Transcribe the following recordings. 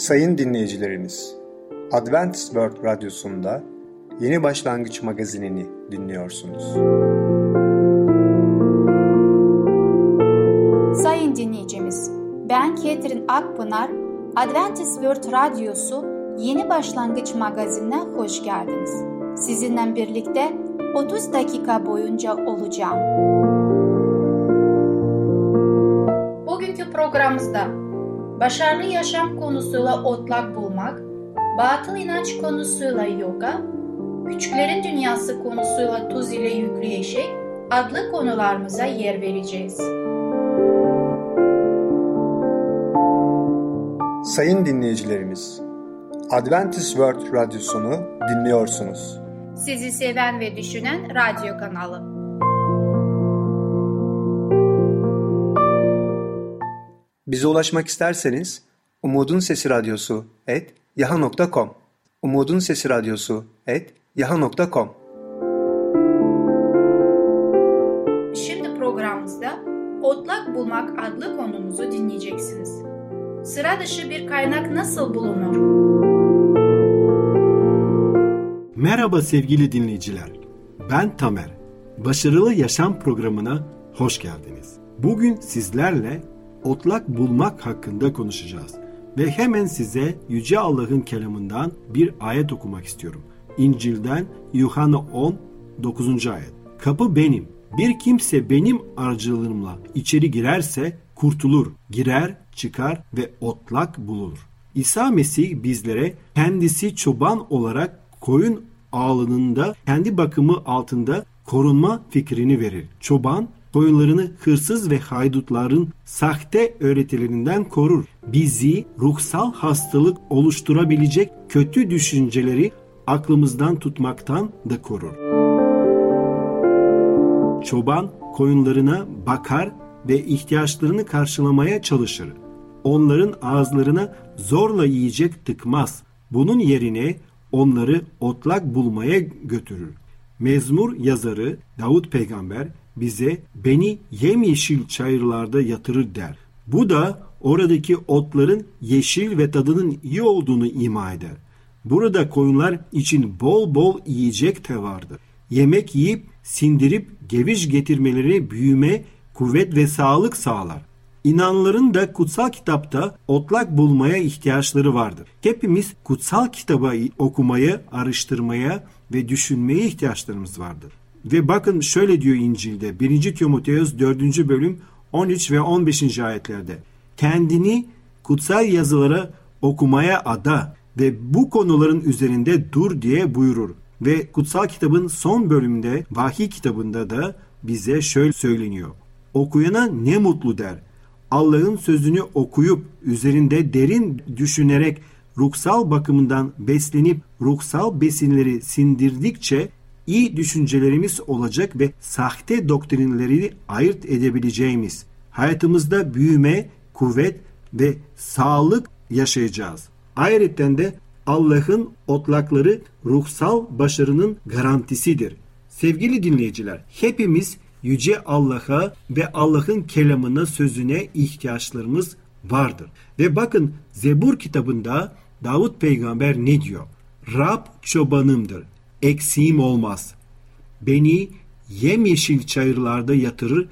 Sayın dinleyicilerimiz, Adventist World Radyosu'nda Yeni Başlangıç Magazinini dinliyorsunuz. Sayın dinleyicimiz, ben Ketrin Akpınar, Adventist World Radyosu Yeni Başlangıç Magazinine hoş geldiniz. Sizinle birlikte 30 dakika boyunca olacağım. Bugünkü programımızda başarılı yaşam konusuyla otlak bulmak, batıl inanç konusuyla yoga, küçüklerin dünyası konusuyla tuz ile yüklü eşek adlı konularımıza yer vereceğiz. Sayın dinleyicilerimiz, Adventist World Radyosunu dinliyorsunuz. Sizi seven ve düşünen radyo kanalı. Bize ulaşmak isterseniz umudunsesiradyosu@yahoo.com umudunsesiradyosu@yahoo.com. Şimdi programımızda otlak bulmak adlı konumuzu dinleyeceksiniz. Sıra dışı bir kaynak nasıl bulunur? Merhaba sevgili dinleyiciler. Ben Tamer. Başarılı Yaşam programına hoş geldiniz. Bugün sizlerle otlak bulmak hakkında konuşacağız. Ve hemen size Yüce Allah'ın kelamından bir ayet okumak istiyorum. İncil'den Yuhanna 10, 9. ayet. Kapı benim. Bir kimse benim aracılığımla içeri girerse kurtulur, girer, çıkar ve otlak bulur. İsa Mesih bizlere kendisi çoban olarak koyun ağlarında kendi bakımı altında korunma fikrini verir. Çoban koyunlarını hırsız ve haydutların sahte öğretilerinden korur. Bizi ruhsal hastalık oluşturabilecek kötü düşünceleri aklımızdan tutmaktan da korur. Çoban koyunlarına bakar ve ihtiyaçlarını karşılamaya çalışır. Onların ağızlarına zorla yiyecek tıkmaz. Bunun yerine onları otlak bulmaya götürür. Mezmur yazarı Davut peygamber bize beni yemyeşil çayırlarda yatırır der. Bu da oradaki otların yeşil ve tadının iyi olduğunu ima eder. Burada koyunlar için bol bol yiyecek de vardır. Yemek yiyip sindirip geviş getirmeleri büyüme, kuvvet ve sağlık sağlar. İnanların da kutsal kitapta otlak bulmaya ihtiyaçları vardır. Hepimiz kutsal kitabı okumaya, araştırmaya ve düşünmeye ihtiyaçlarımız vardır. Ve bakın şöyle diyor İncil'de 1. Timoteos 4. bölüm 13 ve 15. ayetlerde. Kendini kutsal yazılara okumaya ada ve bu konuların üzerinde dur diye buyurur. Ve kutsal kitabın son bölümünde vahiy kitabında da bize şöyle söyleniyor. Okuyana ne mutlu der. Allah'ın sözünü okuyup üzerinde derin düşünerek ruhsal bakımından beslenip ruhsal besinleri sindirdikçe iyi düşüncelerimiz olacak ve sahte doktrinleri ayırt edebileceğimiz hayatımızda büyüme, kuvvet ve sağlık yaşayacağız. Ayrıca de Allah'ın otlakları ruhsal başarının garantisidir. Sevgili dinleyiciler, hepimiz Yüce Allah'a ve Allah'ın kelamına, sözüne ihtiyaçlarımız vardır. Ve bakın Zebur kitabında Davut peygamber ne diyor? Rab çobanımdır, eksiğim olmaz. Beni yemyeşil çayırlarda yatırır,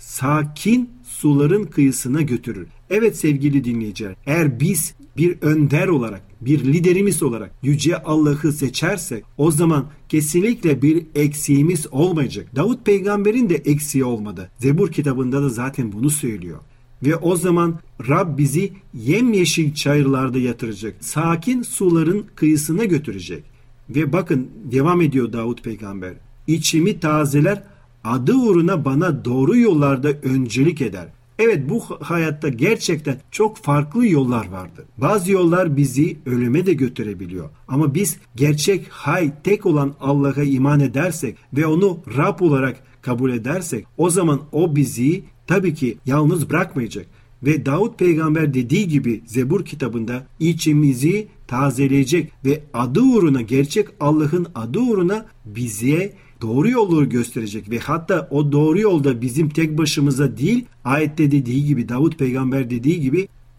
sakin suların kıyısına götürür. Evet sevgili dinleyiciler, eğer biz bir önder olarak, bir liderimiz olarak Yüce Allah'ı seçersek o zaman kesinlikle bir eksiğimiz olmayacak. Davut peygamberin de eksiği olmadı. Zebur kitabında da zaten bunu söylüyor. Ve o zaman Rab bizi yemyeşil çayırlarda yatıracak. Sakin suların kıyısına götürecek. Ve bakın devam ediyor Davut peygamber. İçimi tazeler, adı uğruna bana doğru yollarda öncülük eder. Evet, bu hayatta gerçekten çok farklı yollar vardır. Bazı yollar bizi ölüme de götürebiliyor. Ama biz gerçek tek olan Allah'a iman edersek ve onu Rab olarak kabul edersek o zaman o bizi tabii ki yalnız bırakmayacak. Ve Davut peygamber dediği gibi Zebur kitabında içimizi tazeleyecek ve adı uğruna, gerçek Allah'ın adı uğruna bize doğru yolları gösterecek ve hatta o doğru yolda bizim tek başımıza değil, ayette dediği gibi, Davut peygamber dediği gibi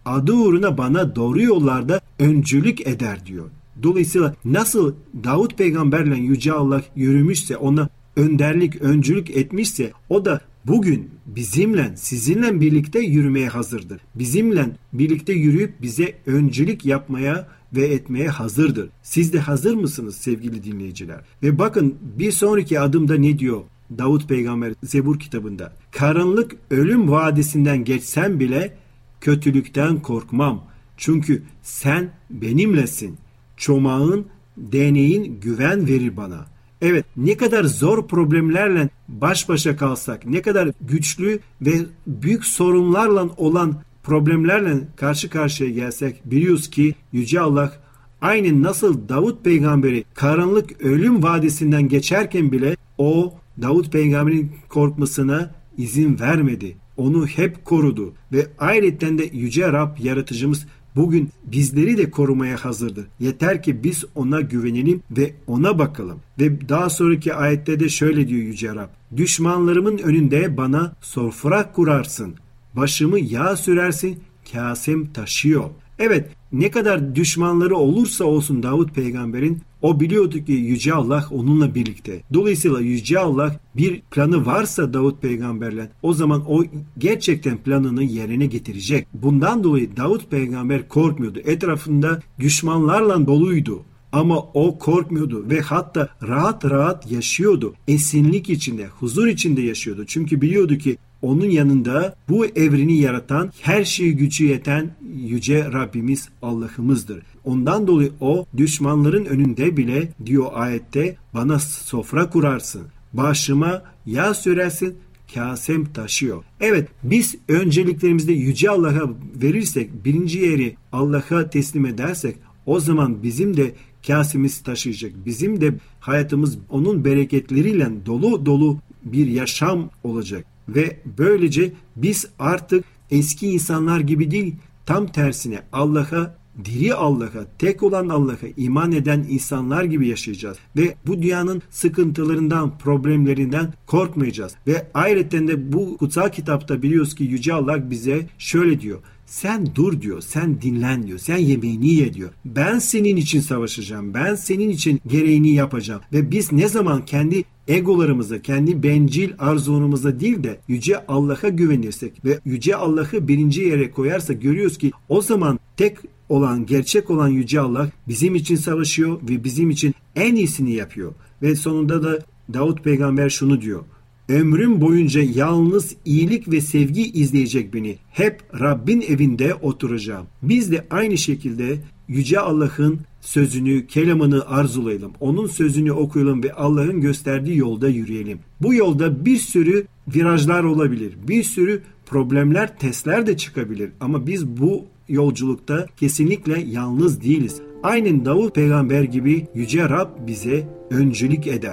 adı uğruna bana doğru yollarda öncülük eder diyor. Dolayısıyla nasıl Davut peygamberle Yüce Allah yürümüşse, ona önderlik, öncülük etmişse, o da bugün bizimle, sizinle birlikte yürümeye hazırdır. Bizimle birlikte yürüyüp bize öncülük yapmaya ve etmeye hazırdır. Siz de hazır mısınız sevgili dinleyiciler? Ve bakın bir sonraki adımda ne diyor Davut peygamber Zebur kitabında? Karanlık ölüm vadisinden geçsem bile kötülükten korkmam. Çünkü sen benimlesin. Çomağın, değneğin güven verir bana. Evet, ne kadar zor problemlerle baş başa kalsak, ne kadar güçlü ve büyük sorunlarla olan problemlerle karşı karşıya gelsek, biliyoruz ki Yüce Allah aynen nasıl Davut peygamberi karanlık ölüm vadisinden geçerken bile o Davut peygamberin korkmasına izin vermedi. Onu hep korudu ve ayrıca de Yüce Rab yaratıcımız bugün bizleri de korumaya hazırdır. Yeter ki biz ona güvenelim ve ona bakalım. Ve daha sonraki ayette de şöyle diyor Yüce Rab. Düşmanlarımın önünde bana sofra kurarsın. Başımı yağ sürersin, kasem taşıyor. Evet, ne kadar düşmanları olursa olsun Davut peygamberin, o biliyordu ki Yüce Allah onunla birlikte. Dolayısıyla Yüce Allah bir planı varsa Davut peygamberle, o zaman o gerçekten planını yerine getirecek. Bundan dolayı Davut peygamber korkmuyordu. Etrafında düşmanlarla doluydu. Ama o korkmuyordu ve hatta rahat rahat yaşıyordu. Esinlik içinde, huzur içinde yaşıyordu. Çünkü biliyordu ki onun yanında bu evreni yaratan, her şeyi gücü yeten Yüce Rabbimiz Allah'ımızdır. Ondan dolayı o düşmanların önünde bile diyor ayette, bana sofra kurarsın, başıma yağ sürersin, kasem taşıyor. Evet, biz önceliklerimizde Yüce Allah'a verirsek, birinci yeri Allah'a teslim edersek, o zaman bizim de kasemiz taşıyacak. Bizim de hayatımız onun bereketleriyle dolu dolu bir yaşam olacak. Ve böylece biz artık eski insanlar gibi değil, tam tersine Allah'a, diri Allah'a, tek olan Allah'a iman eden insanlar gibi yaşayacağız. Ve bu dünyanın sıkıntılarından, problemlerinden korkmayacağız. Ve ayrıca de bu kutsal kitapta biliyoruz ki Yüce Allah bize şöyle diyor. Sen dur diyor, sen dinlen diyor, sen yemeğini ye diyor. Ben senin için savaşacağım, ben senin için gereğini yapacağım. Ve biz ne zaman kendi egolarımıza, kendi bencil arzularımıza değil de Yüce Allah'a güvenirsek ve Yüce Allah'ı birinci yere koyarsak görüyoruz ki o zaman tek olan, gerçek olan Yüce Allah bizim için savaşıyor ve bizim için en iyisini yapıyor. Ve sonunda da Davut peygamber şunu diyor. Ömrüm boyunca yalnız iyilik ve sevgi izleyecek beni. Hep Rabbin evinde oturacağım. Biz de aynı şekilde Yüce Allah'ın sözünü, kelamını arzulayalım. Onun sözünü okuyalım ve Allah'ın gösterdiği yolda yürüyelim. Bu yolda bir sürü virajlar olabilir. Bir sürü problemler, testler de çıkabilir. Ama biz bu yolculukta kesinlikle yalnız değiliz. Aynen Davut peygamber gibi Yüce Rab bize öncülük eder.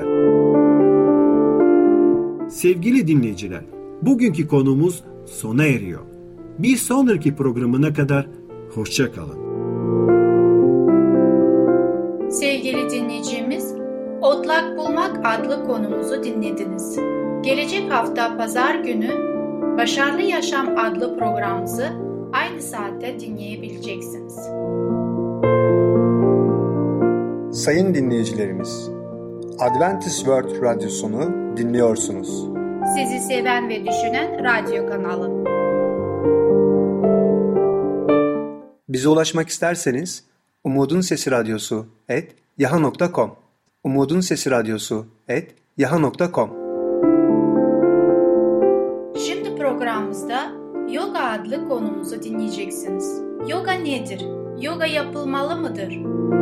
Sevgili dinleyiciler, bugünkü konumuz sona eriyor. Bir sonraki programına kadar hoşça kalın. Sevgili dinleyicimiz, Otlak Bulmak adlı konumuzu dinlediniz. Gelecek hafta Pazar günü Başarılı Yaşam adlı programımızı aynı saatte dinleyebileceksiniz. Sayın dinleyicilerimiz, Adventist World Radyosunu dinliyorsunuz. Sizi seven ve düşünen radyo kanalı. Bize ulaşmak isterseniz Umutun Sesi Radyosu @yahoo.com Umutun Sesi Radyosu @yahoo.com. Şimdi programımızda yoga adlı konumuzu dinleyeceksiniz. Yoga nedir? Yoga yapılmalı mıdır?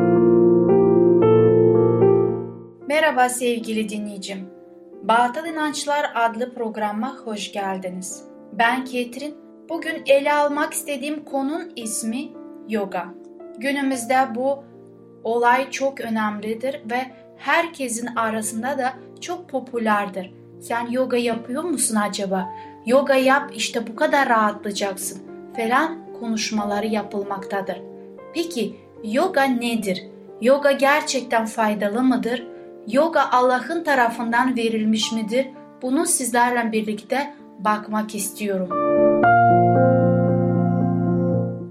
Merhaba sevgili dinleyicim. Batıl İnançlar adlı programa hoş geldiniz. Ben Ketrin. Bugün ele almak istediğim konunun ismi yoga. Günümüzde bu olay çok önemlidir ve herkesin arasında da çok popülerdir. Sen yoga yapıyor musun acaba? Yoga yap, işte bu kadar rahatlayacaksın falan konuşmaları yapılmaktadır. Peki yoga nedir? Yoga gerçekten faydalı mıdır? Yoga Allah'ın tarafından verilmiş midir? Bunu sizlerle birlikte bakmak istiyorum.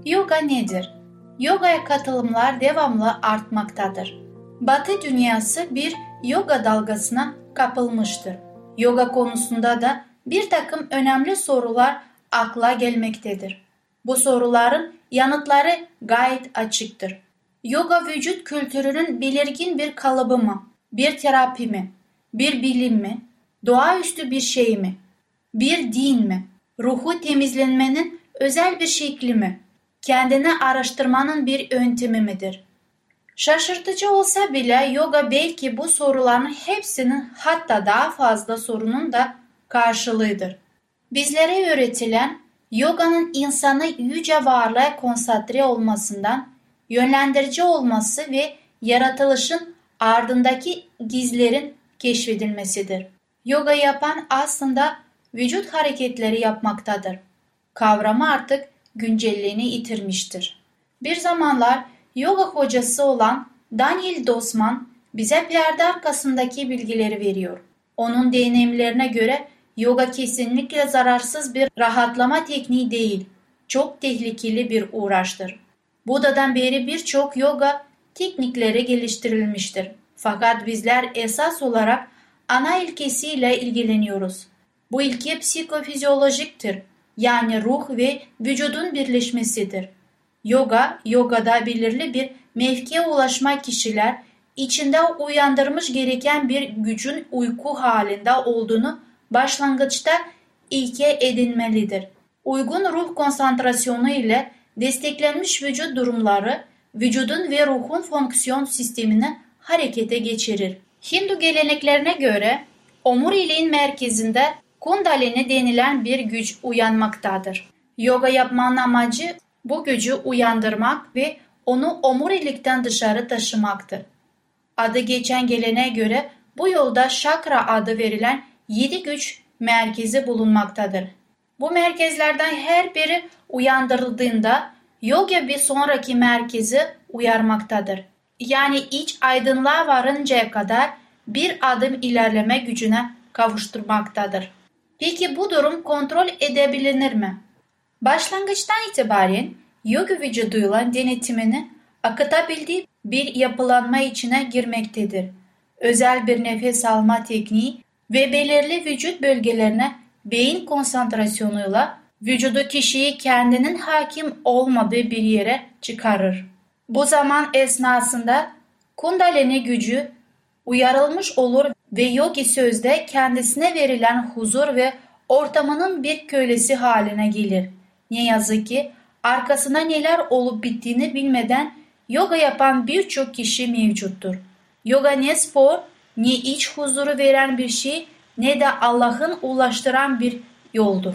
Yoga nedir? Yogaya katılımlar devamlı artmaktadır. Batı dünyası bir yoga dalgasına kapılmıştır. Yoga konusunda da bir takım önemli sorular akla gelmektedir. Bu soruların yanıtları gayet açıktır. Yoga vücut kültürünün belirgin bir kalıbı mı? Bir terapi mi? Bir bilim mi? Doğaüstü bir şey mi? Bir din mi? Ruhu temizlenmenin özel bir şekli mi? Kendini araştırmanın bir yöntemi midir? Şaşırtıcı olsa bile yoga belki bu soruların hepsinin hatta daha fazla sorunun da karşılığıdır. Bizlere öğretilen yoganın insanı yüce varlığa konsantre olmasından, yönlendirici olması ve yaratılışın ardındaki gizlerin keşfedilmesidir. Yoga yapan aslında vücut hareketleri yapmaktadır. Kavramı artık güncelliğini yitirmiştir. Bir zamanlar yoga hocası olan Daniel Dosman bize perde arkasındaki bilgileri veriyor. Onun deneyimlerine göre yoga kesinlikle zararsız bir rahatlama tekniği değil, çok tehlikeli bir uğraştır. Buda'dan beri birçok yoga teknikleri geliştirilmiştir. Fakat bizler esas olarak ana ilkesiyle ilgileniyoruz. Bu ilke psikofizyolojiktir. Yani ruh ve vücudun birleşmesidir. Yogada belirli bir mevkiye ulaşmak kişiler içinde uyandırmış gereken bir gücün uyku halinde olduğunu başlangıçta ilke edinmelidir. Uygun ruh konsantrasyonu ile desteklenmiş vücut durumları vücudun ve ruhun fonksiyon sistemini harekete geçirir. Hindu geleneklerine göre omuriliğin merkezinde Kundalini denilen bir güç uyanmaktadır. Yoga yapmanın amacı bu gücü uyandırmak ve onu omurilikten dışarı taşımaktır. Adı geçen geleneğe göre bu yolda şakra adı verilen 7 güç merkezi bulunmaktadır. Bu merkezlerden her biri uyandırıldığında yoga bir sonraki merkezi uyarmaktadır. Yani iç aydınlığa varıncaya kadar bir adım ilerleme gücüne kavuşturmaktadır. Peki bu durum kontrol edebilir mi? Başlangıçtan itibaren yoga vücuduyla denetimini akıtabildiği bir yapılanma içine girmektedir. Özel bir nefes alma tekniği ve belirli vücut bölgelerine beyin konsantrasyonuyla vücudu kişiyi kendinin hakim olmadığı bir yere çıkarır. Bu zaman esnasında Kundalini gücü uyarılmış olur ve yogi sözde kendisine verilen huzur ve ortamının bir kölesi haline gelir. Ne yazık ki arkasında neler olup bittiğini bilmeden yoga yapan birçok kişi mevcuttur. Yoga ne spor, ne iç huzuru veren bir şey, ne de Allah'ın ulaştıran bir yoldur.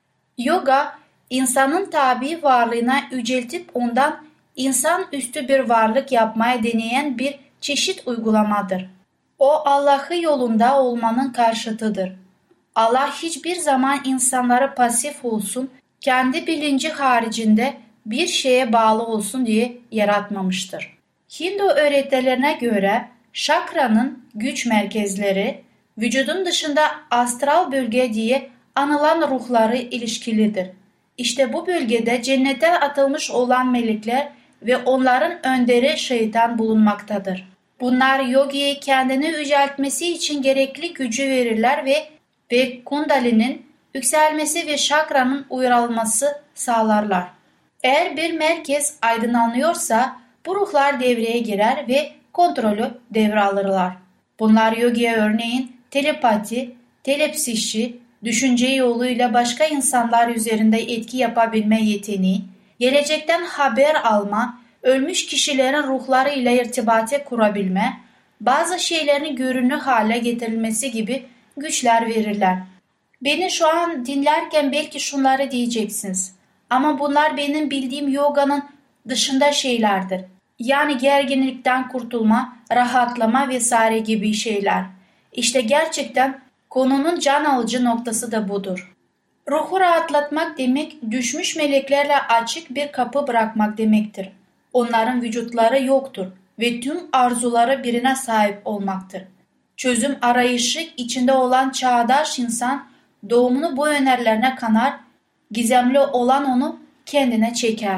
Yoga, insanın tabii varlığına yüceltip ondan insanüstü bir varlık yapmaya deneyen bir çeşit uygulamadır. O Allah'ı yolunda olmanın karşıtıdır. Allah hiçbir zaman insanları pasif olsun, kendi bilinci haricinde bir şeye bağlı olsun diye yaratmamıştır. Hindu öğretilerine göre şakranın güç merkezleri vücudun dışında astral bölge diye anılan ruhları ilişkilidir. İşte bu bölgede cennete atılmış olan melekler ve onların önderi şeytan bulunmaktadır. Bunlar yogiye kendini yüceltmesi için gerekli gücü verirler ve kundalinin yükselmesi ve şakranın uyarılması sağlarlar. Eğer bir merkez aydınlanıyorsa bu ruhlar devreye girer ve kontrolü devralırlar. Bunlar yogiye örneğin telepati, telepsişi, düşünce yoluyla başka insanlar üzerinde etki yapabilme yeteneği, gelecekten haber alma, ölmüş kişilerin ruhları ile irtibate kurabilme, bazı şeylerin görünür hale getirilmesi gibi güçler verirler. Beni şu an dinlerken belki şunları diyeceksiniz. Ama bunlar benim bildiğim yoganın dışında şeylerdir. Yani gerginlikten kurtulma, rahatlama vesaire gibi şeyler. İşte gerçekten konunun can alıcı noktası da budur. Ruhu rahatlatmak demek düşmüş meleklerle açık bir kapı bırakmak demektir. Onların vücutları yoktur ve tüm arzuları birine sahip olmaktır. Çözüm arayışı içinde olan çağdaş insan doğumunu bu önerilerine kanar, gizemli olan onu kendine çeker.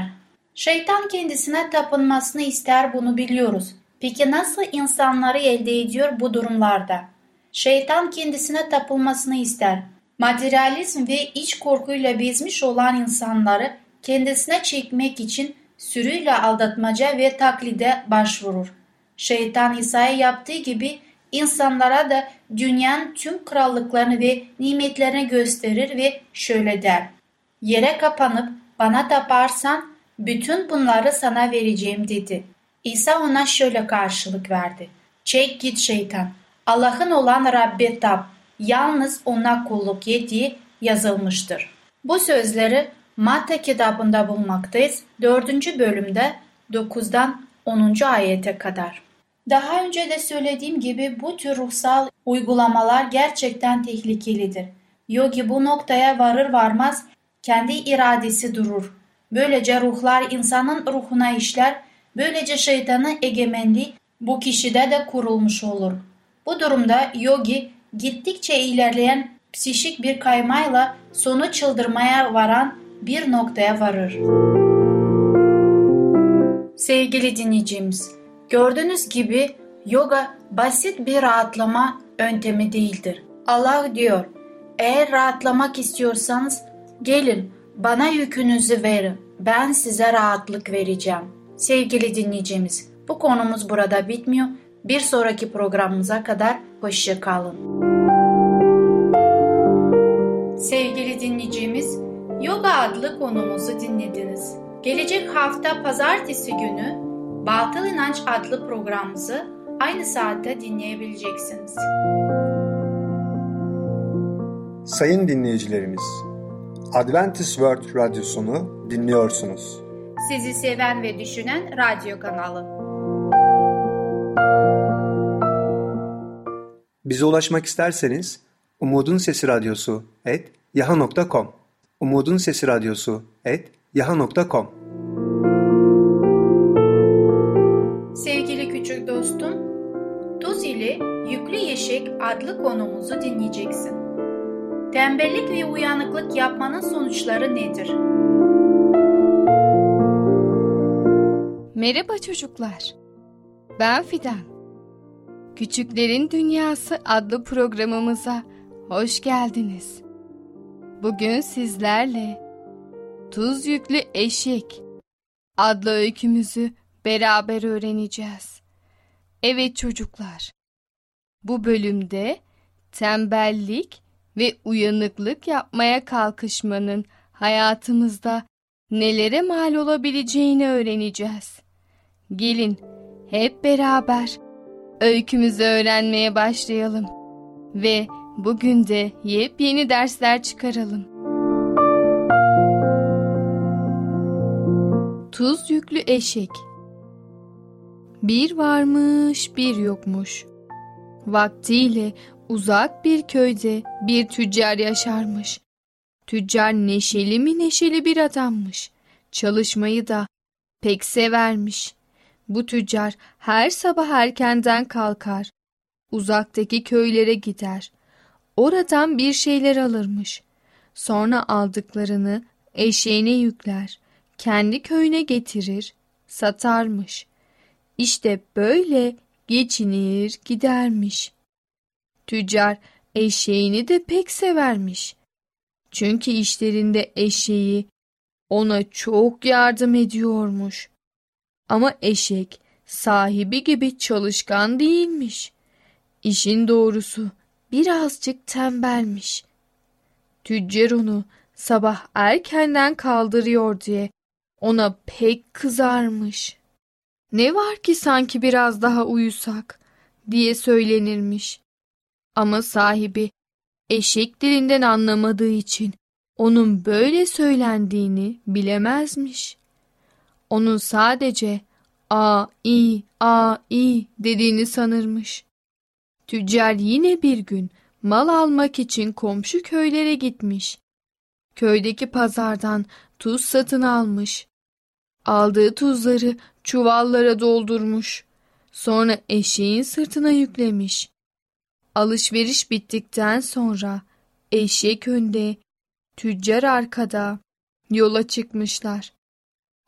Şeytan kendisine tapınmasını ister, bunu biliyoruz. Peki nasıl insanları elde ediyor bu durumlarda? Şeytan kendisine tapılmasını ister. Materyalizm ve iç korkuyla bezmiş olan insanları kendisine çekmek için sürüyle aldatmaca ve taklide başvurur. Şeytan İsa'ya yaptığı gibi insanlara da dünyanın tüm krallıklarını ve nimetlerini gösterir ve şöyle der: "Yere kapanıp bana taparsan bütün bunları sana vereceğim" dedi. İsa ona şöyle karşılık verdi: "Çek git şeytan, Allah'ın olan Rabbe tap, yalnız ona kulluk et" diye yazılmıştır. Bu sözleri Matta kitabında bulmaktayız. 4. bölümde 9'dan 10. ayete kadar. Daha önce de söylediğim gibi bu tür ruhsal uygulamalar gerçekten tehlikelidir. Yogi bu noktaya varır varmaz kendi iradesi durur. Böylece ruhlar insanın ruhuna işler, böylece şeytanın egemenliği bu kişide de kurulmuş olur. Bu durumda yogi gittikçe ilerleyen psikik bir kaymayla sonu çıldırmaya varan bir noktaya varır. Sevgili dinleyicimiz, gördüğünüz gibi yoga basit bir rahatlama yöntemi değildir. Allah diyor, eğer rahatlamak istiyorsanız gelin bana yükünüzü verin, ben size rahatlık vereceğim. Sevgili dinleyicimiz, bu konumuz burada bitmiyor. Bir sonraki programımıza kadar hoşça kalın. Sevgili dinleyicimiz, yoga adlı konumuzu dinlediniz. Gelecek hafta pazartesi günü Batıl İnanç adlı programımızı aynı saatte dinleyebileceksiniz. Sayın dinleyicilerimiz, Adventist World Radyosunu dinliyorsunuz. Sizi seven ve düşünen radyo kanalı. Bize ulaşmak isterseniz umudunsesiradyosu@yahoo.com umudunsesiradyosu@yahoo.com. Sevgili küçük dostum, Tuz ile Yüklü Eşek adlı konumuzu dinleyeceksin. Tembellik ve uyanıklık yapmanın sonuçları nedir? Merhaba çocuklar. Ben Fidan. Küçüklerin Dünyası adlı programımıza hoş geldiniz. Bugün sizlerle Tuz Yüklü Eşek adlı öykümüzü beraber öğreneceğiz. Evet çocuklar, bu bölümde tembellik ve uyanıklık yapmaya kalkışmanın hayatımızda nelere mal olabileceğini öğreneceğiz. Gelin hep beraber öykümüzü öğrenmeye başlayalım ve bugün de yepyeni dersler çıkaralım. Tuz Yüklü Eşek. Bir varmış bir yokmuş. Vaktiyle uzak bir köyde bir tüccar yaşarmış. Tüccar neşeli mi neşeli bir adammış. Çalışmayı da pek severmiş. Bu tüccar her sabah erkenden kalkar. Uzaktaki köylere gider. Oradan bir şeyler alırmış. Sonra aldıklarını eşeğine yükler. Kendi köyüne getirir, satarmış. İşte böyle geçinir gidermiş. Tüccar eşeğini de pek severmiş. Çünkü işlerinde eşeği ona çok yardım ediyormuş. Ama eşek sahibi gibi çalışkan değilmiş. İşin doğrusu birazcık tembelmiş. Tüccar onu sabah erkenden kaldırıyor diye ona pek kızarmış. Ne var ki sanki biraz daha uyusak diye söylenirmiş. Ama sahibi eşek dilinden anlamadığı için onun böyle söylendiğini bilemezmiş. Onun sadece a i dediğini sanırmış. Tüccar yine bir gün mal almak için komşu köylere gitmiş. Köydeki pazardan tuz satın almış. Aldığı tuzları çuvallara doldurmuş. Sonra eşeğin sırtına yüklemiş. Alışveriş bittikten sonra eşek önde, tüccar arkada yola çıkmışlar.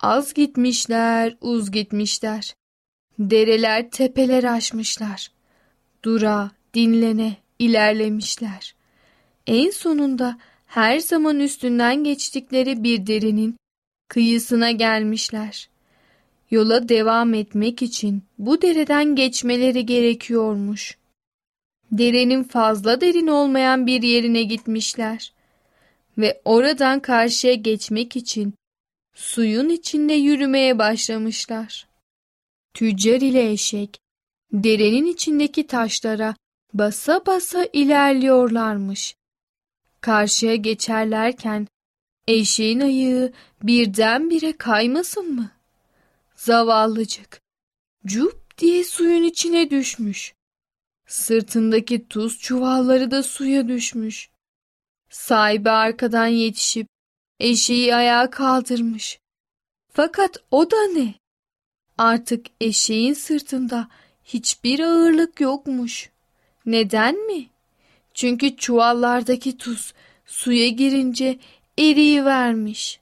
Az gitmişler, uz gitmişler. Dereler, tepeler aşmışlar. Dura, dinlene, ilerlemişler. En sonunda her zaman üstünden geçtikleri bir derenin kıyısına gelmişler. Yola devam etmek için bu dereden geçmeleri gerekiyormuş. Derenin fazla derin olmayan bir yerine gitmişler ve oradan karşıya geçmek için suyun içinde yürümeye başlamışlar. Tüccar ile eşek derenin içindeki taşlara basa basa ilerliyorlarmış. Karşıya geçerlerken eşeğin ayağı birdenbire kaymasın mı? Zavallıcık cup diye suyun içine düşmüş. Sırtındaki tuz çuvalları da suya düşmüş. Sahibi arkadan yetişip eşeği ayağa kaldırmış. Fakat o da ne? Artık eşeğin sırtında hiçbir ağırlık yokmuş. Neden mi? Çünkü çuvallardaki tuz suya girince eriyivermiş.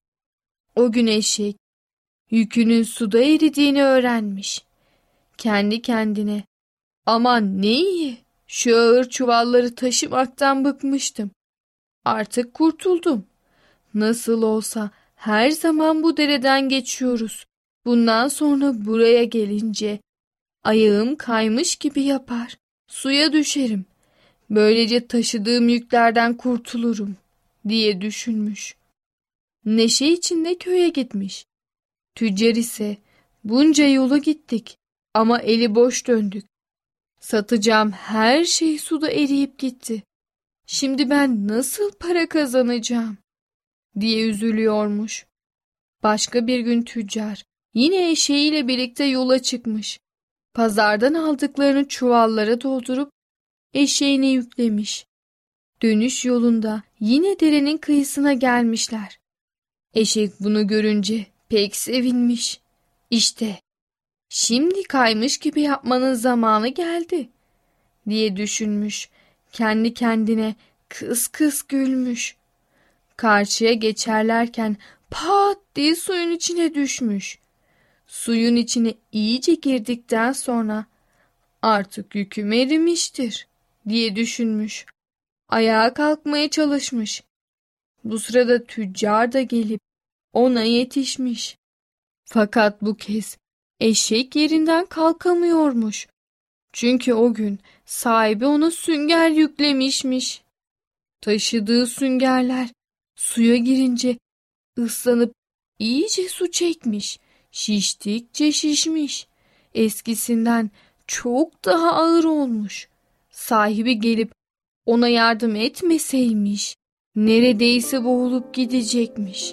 O gün eşek yükünün suda eridiğini öğrenmiş. Kendi kendine, aman ne iyi, şu ağır çuvalları taşımaktan bıkmıştım. Artık kurtuldum. Nasıl olsa her zaman bu dereden geçiyoruz. Bundan sonra buraya gelince ayağım kaymış gibi yapar. Suya düşerim. Böylece taşıdığım yüklerden kurtulurum diye düşünmüş. Neşe içinde köye gitmiş. Tüccar ise bunca yolu gittik ama eli boş döndük. Satacağım her şey suda eriyip gitti. Şimdi ben nasıl para kazanacağım diye üzülüyormuş. Başka bir gün tüccar yine eşeğiyle birlikte yola çıkmış. Pazardan aldıklarını çuvallara doldurup eşeğine yüklemiş. Dönüş yolunda yine derenin kıyısına gelmişler. Eşek bunu görünce pek sevinmiş. İşte şimdi kaymış gibi yapmanın zamanı geldi diye düşünmüş. Kendi kendine kıs kıs gülmüş. Karşıya geçerlerken pat diye suyun içine düşmüş. Suyun içine iyice girdikten sonra artık yüküm erimiştir diye düşünmüş. Ayağa kalkmaya çalışmış. Bu sırada tüccar da gelip ona yetişmiş. Fakat bu kez eşek yerinden kalkamıyormuş. Çünkü o gün sahibi ona sünger yüklemişmiş. Taşıdığı süngerler suya girince ıslanıp iyice su çekmiş. Şiştikçe şişmiş. Eskisinden çok daha ağır olmuş. Sahibi gelip ona yardım etmeseymiş, neredeyse boğulup gidecekmiş.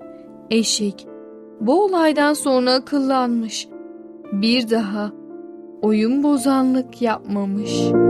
Eşek bu olaydan sonra akıllanmış. Bir daha oyun bozanlık yapmamış.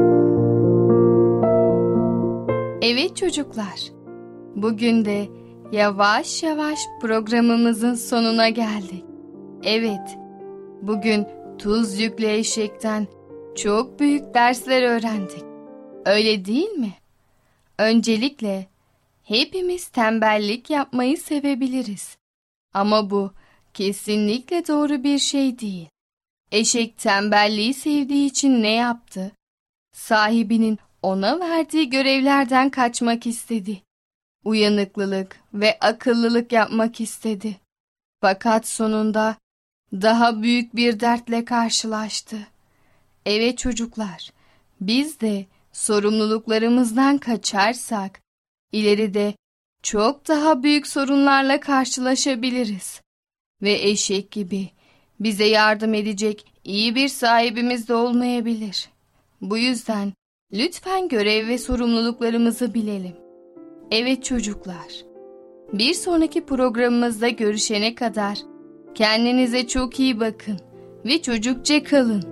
Evet çocuklar, bugün de yavaş yavaş programımızın sonuna geldik. Evet, bugün tuz yüklü eşekten çok büyük dersler öğrendik. Öyle değil mi? Öncelikle hepimiz tembellik yapmayı sevebiliriz. Ama bu kesinlikle doğru bir şey değil. Eşek tembelliği sevdiği için ne yaptı? Sahibinin ona verdiği görevlerden kaçmak istedi. Uyanıklılık ve akıllılık yapmak istedi. Fakat sonunda daha büyük bir dertle karşılaştı. Evet çocuklar, biz de sorumluluklarımızdan kaçarsak ileride çok daha büyük sorunlarla karşılaşabiliriz. Ve eşek gibi bize yardım edecek iyi bir sahibimiz de olmayabilir. Bu yüzden lütfen görev ve sorumluluklarımızı bilelim. Evet çocuklar, bir sonraki programımızda görüşene kadar kendinize çok iyi bakın ve çocukça kalın.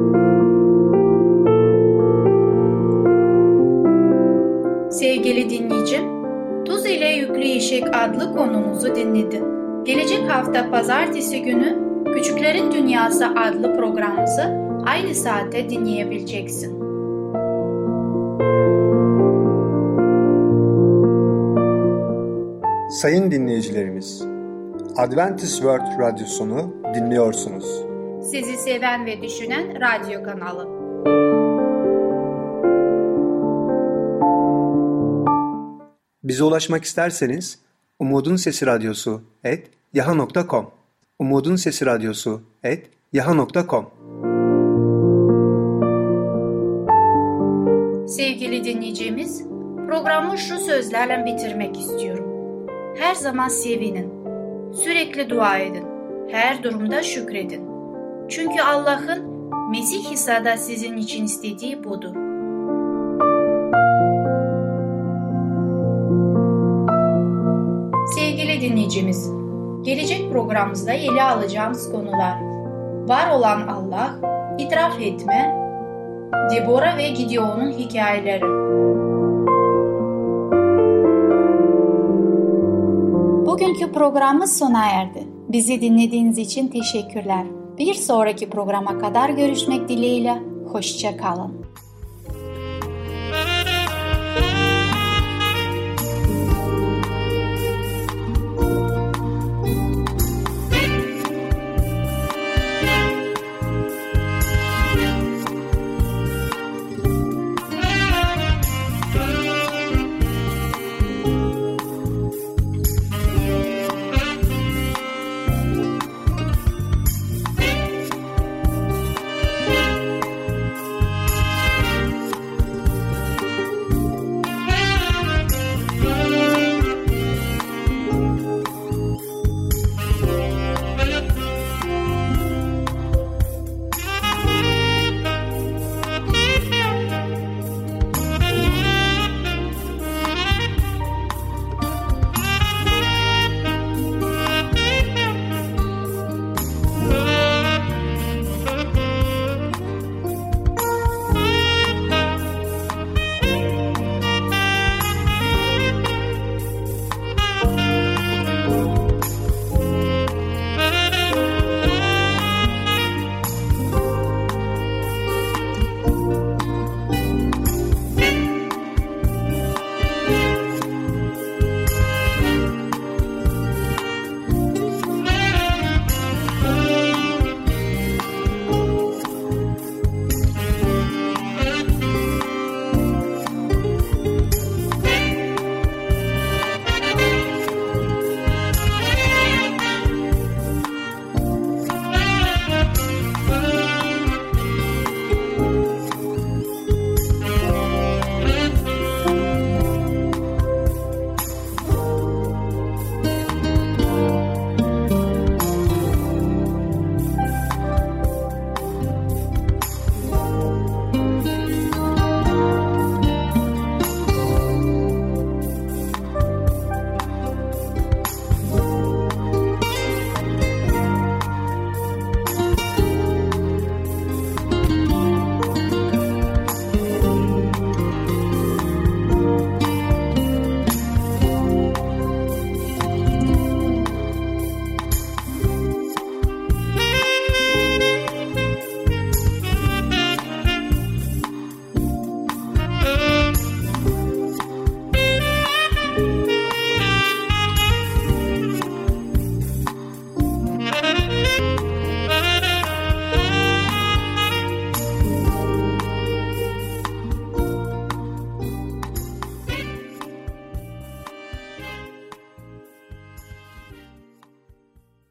Sevgili dinleyicim, Tuz ile Yüklü Eşek adlı konumuzu dinledin. Gelecek hafta pazartesi günü Küçüklerin Dünyası adlı programımızı aynı saatte dinleyebileceksin. Sayın dinleyicilerimiz, Adventist World Radyosunu dinliyorsunuz. Sizi seven ve düşünen radyo kanalı. Bize ulaşmak isterseniz umudunsesiradyosu@yahoo.com umudunsesiradyosu@yahoo.com. Sevgili dinleyicimiz, programı şu sözlerle bitirmek istiyorum. Her zaman sevinin, sürekli dua edin, her durumda şükredin. Çünkü Allah'ın Mesih İsa'da sizin için istediği budur. Sevgili dinleyicimiz, gelecek programımızda ele alacağımız konular: var olan Allah, itiraf etme, Debora ve Gideon'un hikayeleri. Bugünkü programımız sona erdi. Bizi dinlediğiniz için teşekkürler. Bir sonraki programa kadar görüşmek dileğiyle, hoşça kalın.